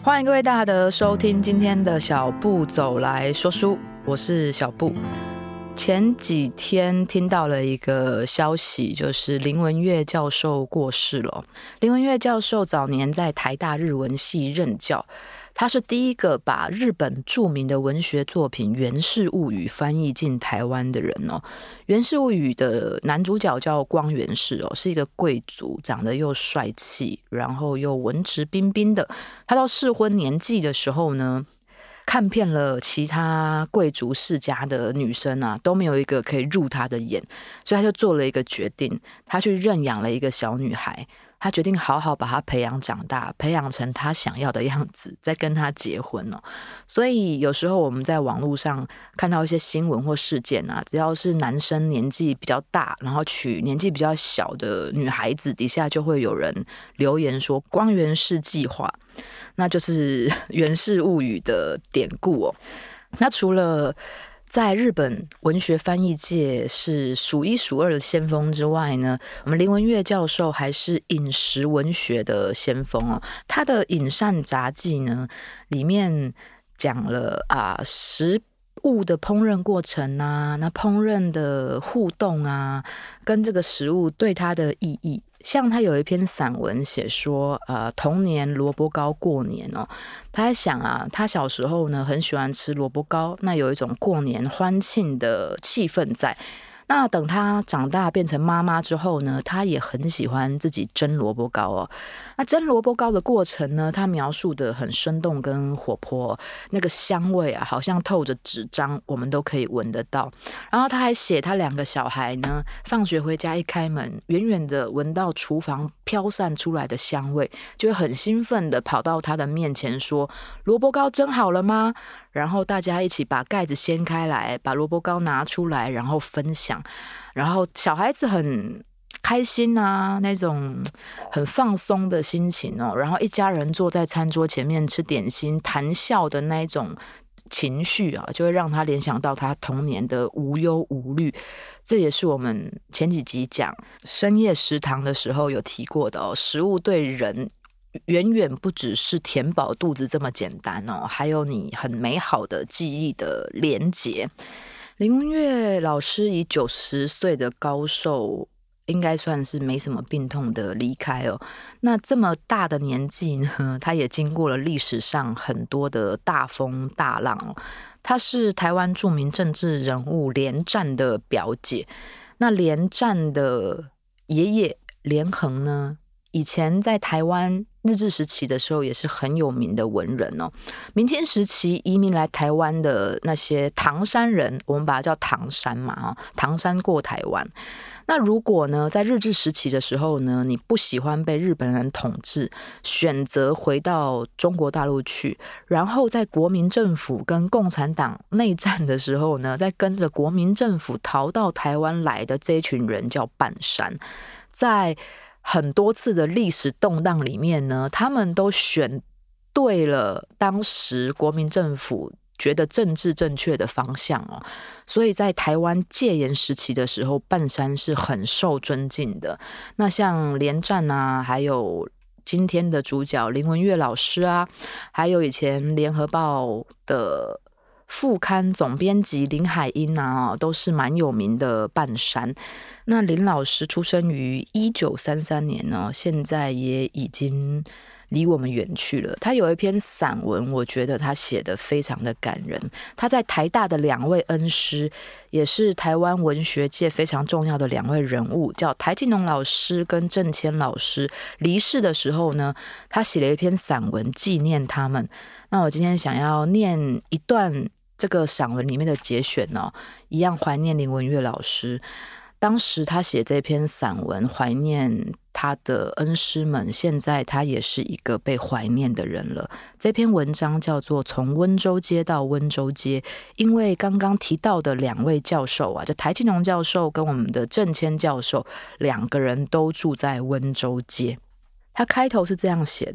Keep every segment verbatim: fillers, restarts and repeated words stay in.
欢迎各位大德收听今天的小布走来说书，我是小布。前几天听到了一个消息，就是林文月教授过世了。林文月教授早年在台大日文系任教，他是第一个把日本著名的文学作品《源氏物语》翻译进台湾的人哦。《源氏物语》的男主角叫光源氏哦，是一个贵族，长得又帅气，然后又文质彬彬的。他到适婚年纪的时候呢，看遍了其他贵族世家的女生啊，都没有一个可以入他的眼，所以他就做了一个决定，他去认养了一个小女孩。他决定好好把她培养长大，培养成他想要的样子，再跟她结婚哦。所以有时候我们在网络上看到一些新闻或事件啊，只要是男生年纪比较大，然后娶年纪比较小的女孩子，底下就会有人留言说“光源氏计划”，那就是《源氏物语》的典故哦。那除了在日本文学翻译界是数一数二的先锋之外呢，我们林文月教授还是饮食文学的先锋哦。他的《饮膳杂记》呢，里面讲了啊食物的烹饪过程啊，那烹饪的互动啊，跟这个食物对他的意义。像他有一篇散文写说，呃，童年萝卜糕过年哦，他在想啊，他小时候呢很喜欢吃萝卜糕，那有一种过年欢庆的气氛在。那等他长大变成妈妈之后呢，他也很喜欢自己蒸萝卜糕哦。那蒸萝卜糕的过程呢，他描述的很生动跟活泼哦，那个香味啊，好像透着纸张，我们都可以闻得到。然后他还写他两个小孩呢，放学回家一开门，远远的闻到厨房飘散出来的香味，就会很兴奋的跑到他的面前说：“萝卜糕蒸好了吗？”然后大家一起把盖子掀开来，把萝卜糕拿出来，然后分享。然后小孩子很开心啊，那种很放松的心情哦。然后一家人坐在餐桌前面吃点心、谈笑的那种情绪啊，就会让他联想到他童年的无忧无虑。这也是我们前几集讲深夜食堂的时候有提过的哦，食物对人远远不只是填饱肚子这么简单哦，还有你很美好的记忆的连结。林文月老师以九十岁的高寿，应该算是没什么病痛的离开哦。那这么大的年纪呢，他也经过了历史上很多的大风大浪哦。他是台湾著名政治人物连战的表姐。那连战的爷爷连横呢，以前在台湾日治时期的时候也是很有名的文人哦。明清时期移民来台湾的那些唐山人，我们把它叫唐山嘛，唐山过台湾。那如果呢，在日治时期的时候呢，你不喜欢被日本人统治，选择回到中国大陆去，然后在国民政府跟共产党内战的时候呢，再跟着国民政府逃到台湾来的这一群人叫半山。在很多次的历史动荡里面呢，他们都选对了当时国民政府觉得政治正确的方向哦，所以在台湾戒严时期的时候，半山是很受尊敬的。那像连战啊，还有今天的主角林文月老师啊，还有以前联合报的副刊总编辑林海音啊，都是蛮有名的半山。那林老师出生于一九三三年呢，现在也已经离我们远去了。他有一篇散文，我觉得他写得非常的感人。他在台大的两位恩师，也是台湾文学界非常重要的两位人物，叫台静农老师跟郑谦老师。离世的时候呢，他写了一篇散文纪念他们。那我今天想要念一段这个散文里面的节选哦，一样怀念林文月老师。当时他写这篇散文怀念他的恩师们，现在他也是一个被怀念的人了。这篇文章叫做《从温州街到温州街》，因为刚刚提到的两位教授啊，就台静农教授跟我们的郑谦教授，两个人都住在温州街。他开头是这样写的：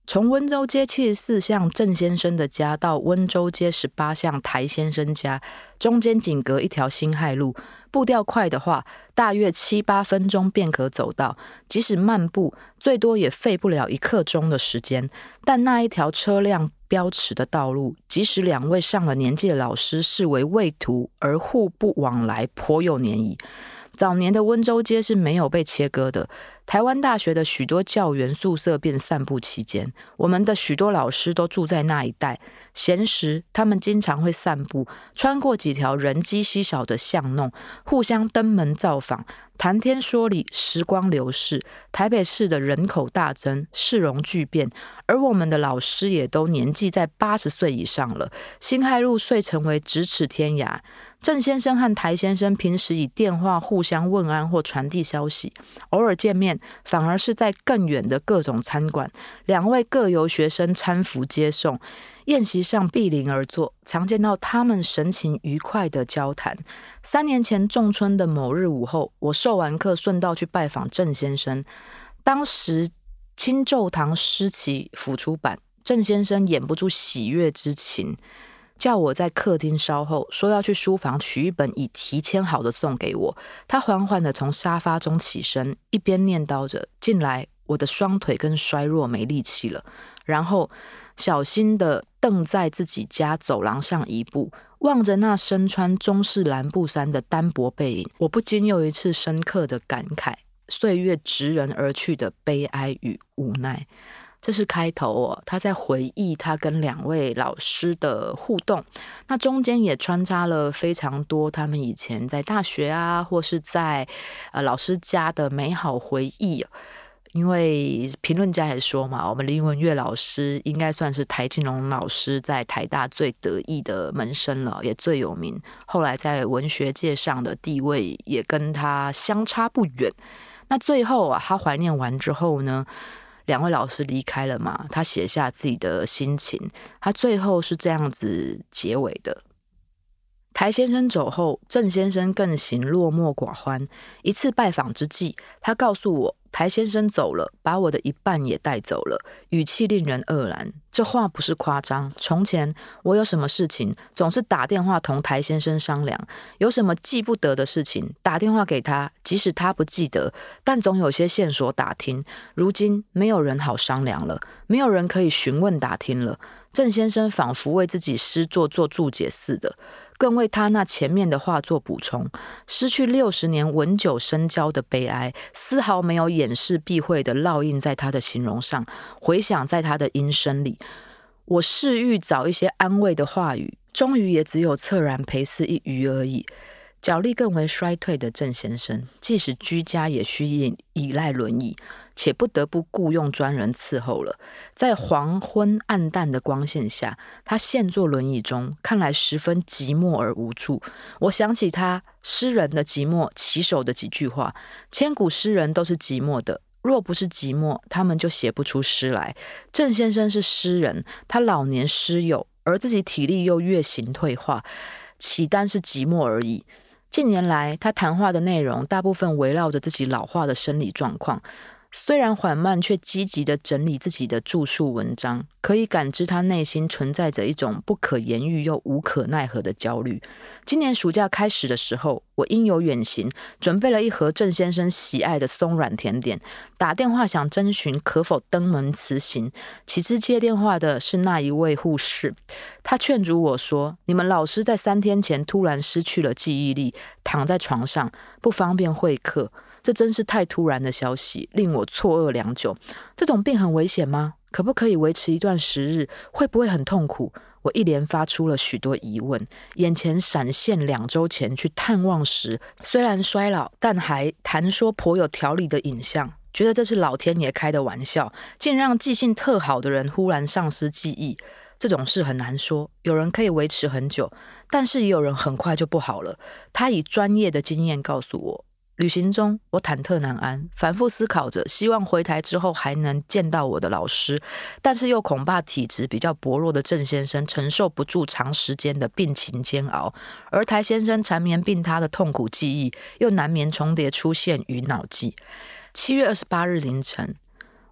从温州街七十四巷郑先生的家到温州街十八巷台先生家，中间仅隔一条辛亥路，步调快的话，大约七八分钟便可走到，即使漫步，最多也费不了一刻钟的时间。但那一条车辆标尺的道路，即使两位上了年纪的老师视为畏途而互不往来，颇有年矣。早年的温州街是没有被切割的，台湾大学的许多教员宿舍便散布其间，我们的许多老师都住在那一带。闲时他们经常会散步，穿过几条人迹稀少的巷弄，互相登门造访，谈天说理。时光流逝，台北市的人口大增，市容巨变，而我们的老师也都年纪在八十岁以上了。辛亥路遂成为咫尺天涯。郑先生和台先生平时以电话互相问安或传递消息，偶尔见面反而是在更远的各种餐馆，两位各由学生搀扶接送，宴席上毗邻而坐，常见到他们神情愉快的交谈。三年前仲春的某日午后，我授完课顺道去拜访郑先生，当时清昼堂诗集甫出版，郑先生掩不住喜悦之情，叫我在客厅稍后，说要去书房取一本已提签好的送给我。他缓缓地从沙发中起身，一边念叨着：“近来我的双腿更衰弱，没力气了。”然后小心地蹬在自己家走廊上一步，望着那身穿中式蓝布衫的单薄背影，我不禁又一次深刻的感慨岁月直人而去的悲哀与无奈。这是开头哦，他在回忆他跟两位老师的互动，那中间也穿插了非常多他们以前在大学啊，或是在呃老师家的美好回忆。因为评论家也说嘛，我们林文月老师应该算是台庆龙老师在台大最得意的门生了，也最有名，后来在文学界上的地位也跟他相差不远。那最后啊，他怀念完之后呢，两位老师离开了嘛，他写下自己的心情，他最后是这样子结尾的：台先生走后，郑先生更行落寞寡欢。一次拜访之际，他告诉我，台先生走了，把我的一半也带走了，语气令人愕然。这话不是夸张。从前我有什么事情，总是打电话同台先生商量，有什么记不得的事情，打电话给他，即使他不记得，但总有些线索打听。如今没有人好商量了，没有人可以询问打听了。郑先生仿佛为自己诗作做注解似的，更为他那前面的话做补充。失去六十年文久深交的悲哀，丝毫没有掩饰避讳的烙印在他的形容上，回响在他的音声里。我试欲找一些安慰的话语，终于也只有恻然陪侍一隅而已。脚力更为衰退的郑先生，即使居家也需依赖轮椅，且不得不雇用专人伺候了。在黄昏暗淡的光线下，他陷坐轮椅中，看来十分寂寞而无助。我想起他诗人的寂寞起手的几句话：千古诗人都是寂寞的，若不是寂寞，他们就写不出诗来。郑先生是诗人，他老年失友，而自己体力又越行退化，岂单是寂寞而已。近年来，他谈话的内容大部分围绕着自己老化的生理状况，虽然缓慢，却积极地整理自己的著述文章，可以感知他内心存在着一种不可言喻又无可奈何的焦虑。今年暑假开始的时候，我因有远行，准备了一盒郑先生喜爱的松软甜点，打电话想征询可否登门辞行。岂知接电话的是那一位护士，他劝阻我说：“你们老师在三天前突然失去了记忆力，躺在床上，不方便会客。”这真是太突然的消息，令我错愕良久。这种病很危险吗？可不可以维持一段时日？会不会很痛苦？我一连发出了许多疑问，眼前闪现两周前去探望时，虽然衰老，但还谈说颇有条理的影像，觉得这是老天爷开的玩笑，竟让记性特好的人忽然丧失记忆。这种事很难说，有人可以维持很久，但是也有人很快就不好了。他以专业的经验告诉我，旅行中我忐忑难安，反复思考着，希望回台之后还能见到我的老师，但是又恐怕体质比较薄弱的郑先生承受不住长时间的病情煎熬，而台先生缠绵病榻的痛苦记忆又难免重叠出现于脑际。七月二十八日凌晨，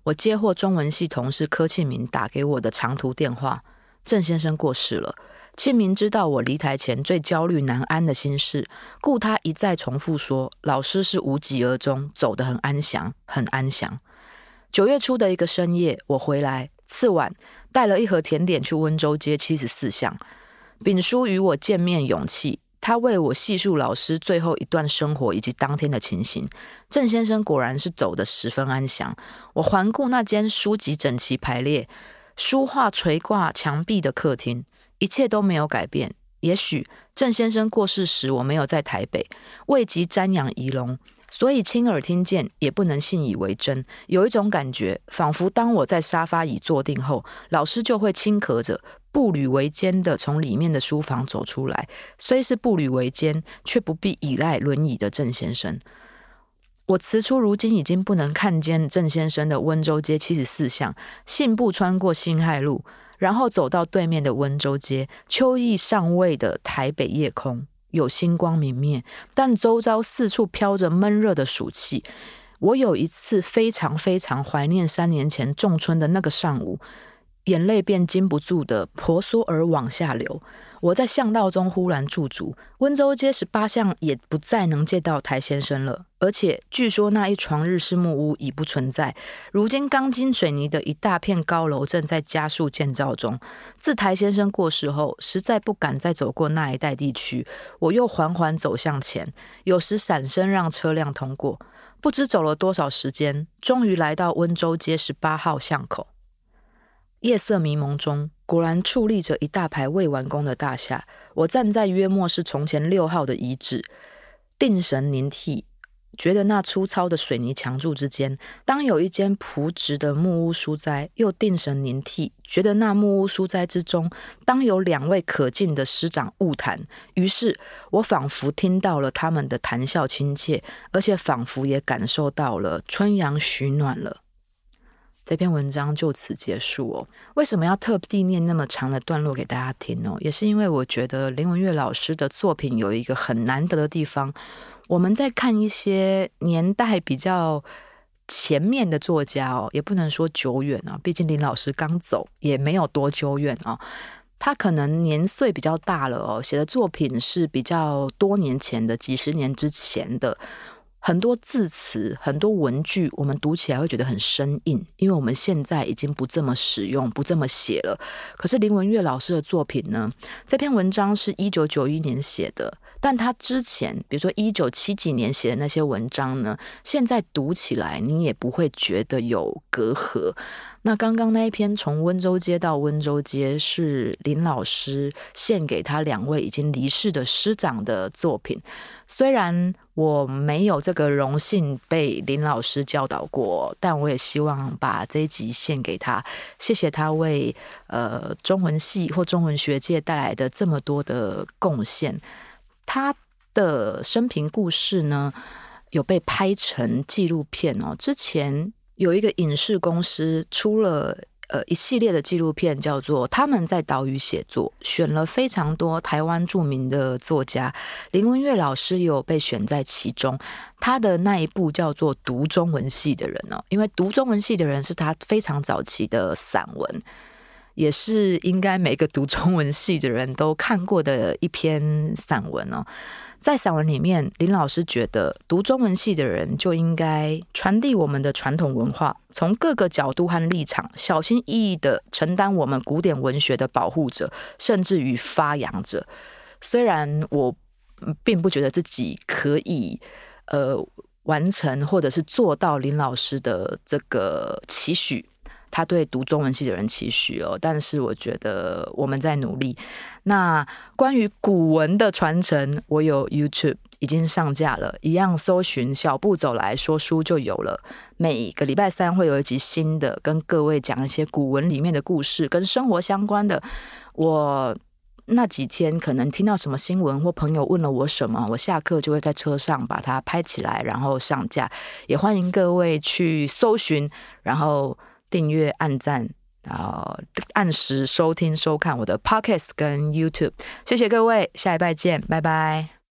我接获中文系同事柯庆明打给我的长途电话，郑先生过世了。庆明知道我离台前最焦虑难安的心事，故他一再重复说，老师是无疾而终，走得很安详，很安详。九月初的一个深夜，我回来，次晚带了一盒甜点去温州街七十四巷。秉叔与我见面勇气，他为我细述老师最后一段生活以及当天的情形。郑先生果然是走得十分安详。我环顾那间书籍整齐排列、书画垂挂墙壁的客厅，一切都没有改变。也许郑先生过世时我没有在台北，未及瞻仰遗容，所以亲耳听见也不能信以为真。有一种感觉，仿佛当我在沙发椅坐定后，老师就会轻咳着步履维艰的从里面的书房走出来，虽是步履维艰，却不必依赖轮椅的郑先生。我辞出如今已经不能看见郑先生的温州街七十四巷，信步穿过辛亥路，然后走到对面的温州街。秋意尚未的台北夜空有星光明灭，但周遭四处飘着闷热的暑气。我有一次非常非常怀念三年前仲春的那个上午，眼泪便禁不住的婆娑而往下流。我在巷道中忽然驻足，温州街十八巷也不再能见到台先生了，而且据说那一床日式木屋已不存在。如今钢筋水泥的一大片高楼正在加速建造中。自台先生过世后，实在不敢再走过那一带地区，我又缓缓走向前，有时闪身让车辆通过。不知走了多少时间，终于来到温州街十八号巷口。夜色迷蒙中，果然矗立着一大排未完工的大厦。我站在约莫是从前六号的遗址，定神凝惕，觉得那粗糙的水泥墙柱之间，当有一间朴质的木屋书斋，又定神凝惕，觉得那木屋书斋之中，当有两位可敬的师长晤谈。于是我仿佛听到了他们的谈笑亲切，而且仿佛也感受到了春阳许暖了。这篇文章就此结束哦。为什么要特地念那么长的段落给大家听哦？也是因为我觉得林文月老师的作品有一个很难得的地方。我们在看一些年代比较前面的作家哦，也不能说久远啊，毕竟林老师刚走，也没有多久远啊。他可能年岁比较大了哦，写的作品是比较多年前的，几十年之前的。很多字词，很多文句，我们读起来会觉得很生硬，因为我们现在已经不这么使用，不这么写了。可是林文月老师的作品呢？这篇文章是一九九一年写的，但他之前，比如说一九七几年写的那些文章呢，现在读起来你也不会觉得有隔阂。那刚刚那一篇从温州街到温州街是林老师献给他两位已经离世的师长的作品。虽然我没有这个荣幸被林老师教导过，但我也希望把这一集献给他，谢谢他为呃中文系或中文学界带来的这么多的贡献。他的生平故事呢，有被拍成纪录片哦。之前有一个影视公司出了呃一系列的纪录片，叫做《他们在岛屿写作》，选了非常多台湾著名的作家，林文月老师也有被选在其中。他的那一部叫做《读中文系的人》哦，因为读中文系的人是他非常早期的散文，也是应该每个读中文系的人都看过的一篇散文哦。在散文里面，林老师觉得读中文系的人就应该传递我们的传统文化，从各个角度和立场小心翼翼地承担我们古典文学的保护者，甚至于发扬者。虽然我并不觉得自己可以呃完成或者是做到林老师的这个期许，他对读中文系的人期许哦，但是我觉得我们在努力。那关于古文的传承，我有 YouTube 已经上架了，一样搜寻小步走来说书就有了。每个礼拜三会有一集新的，跟各位讲一些古文里面的故事，跟生活相关的。我那几天可能听到什么新闻或朋友问了我什么，我下课就会在车上把它拍起来，然后上架。也欢迎各位去搜寻，然后订阅、按赞，然后按时收听、收看我的 Podcast 跟 YouTube。谢谢各位，下礼拜见，拜拜。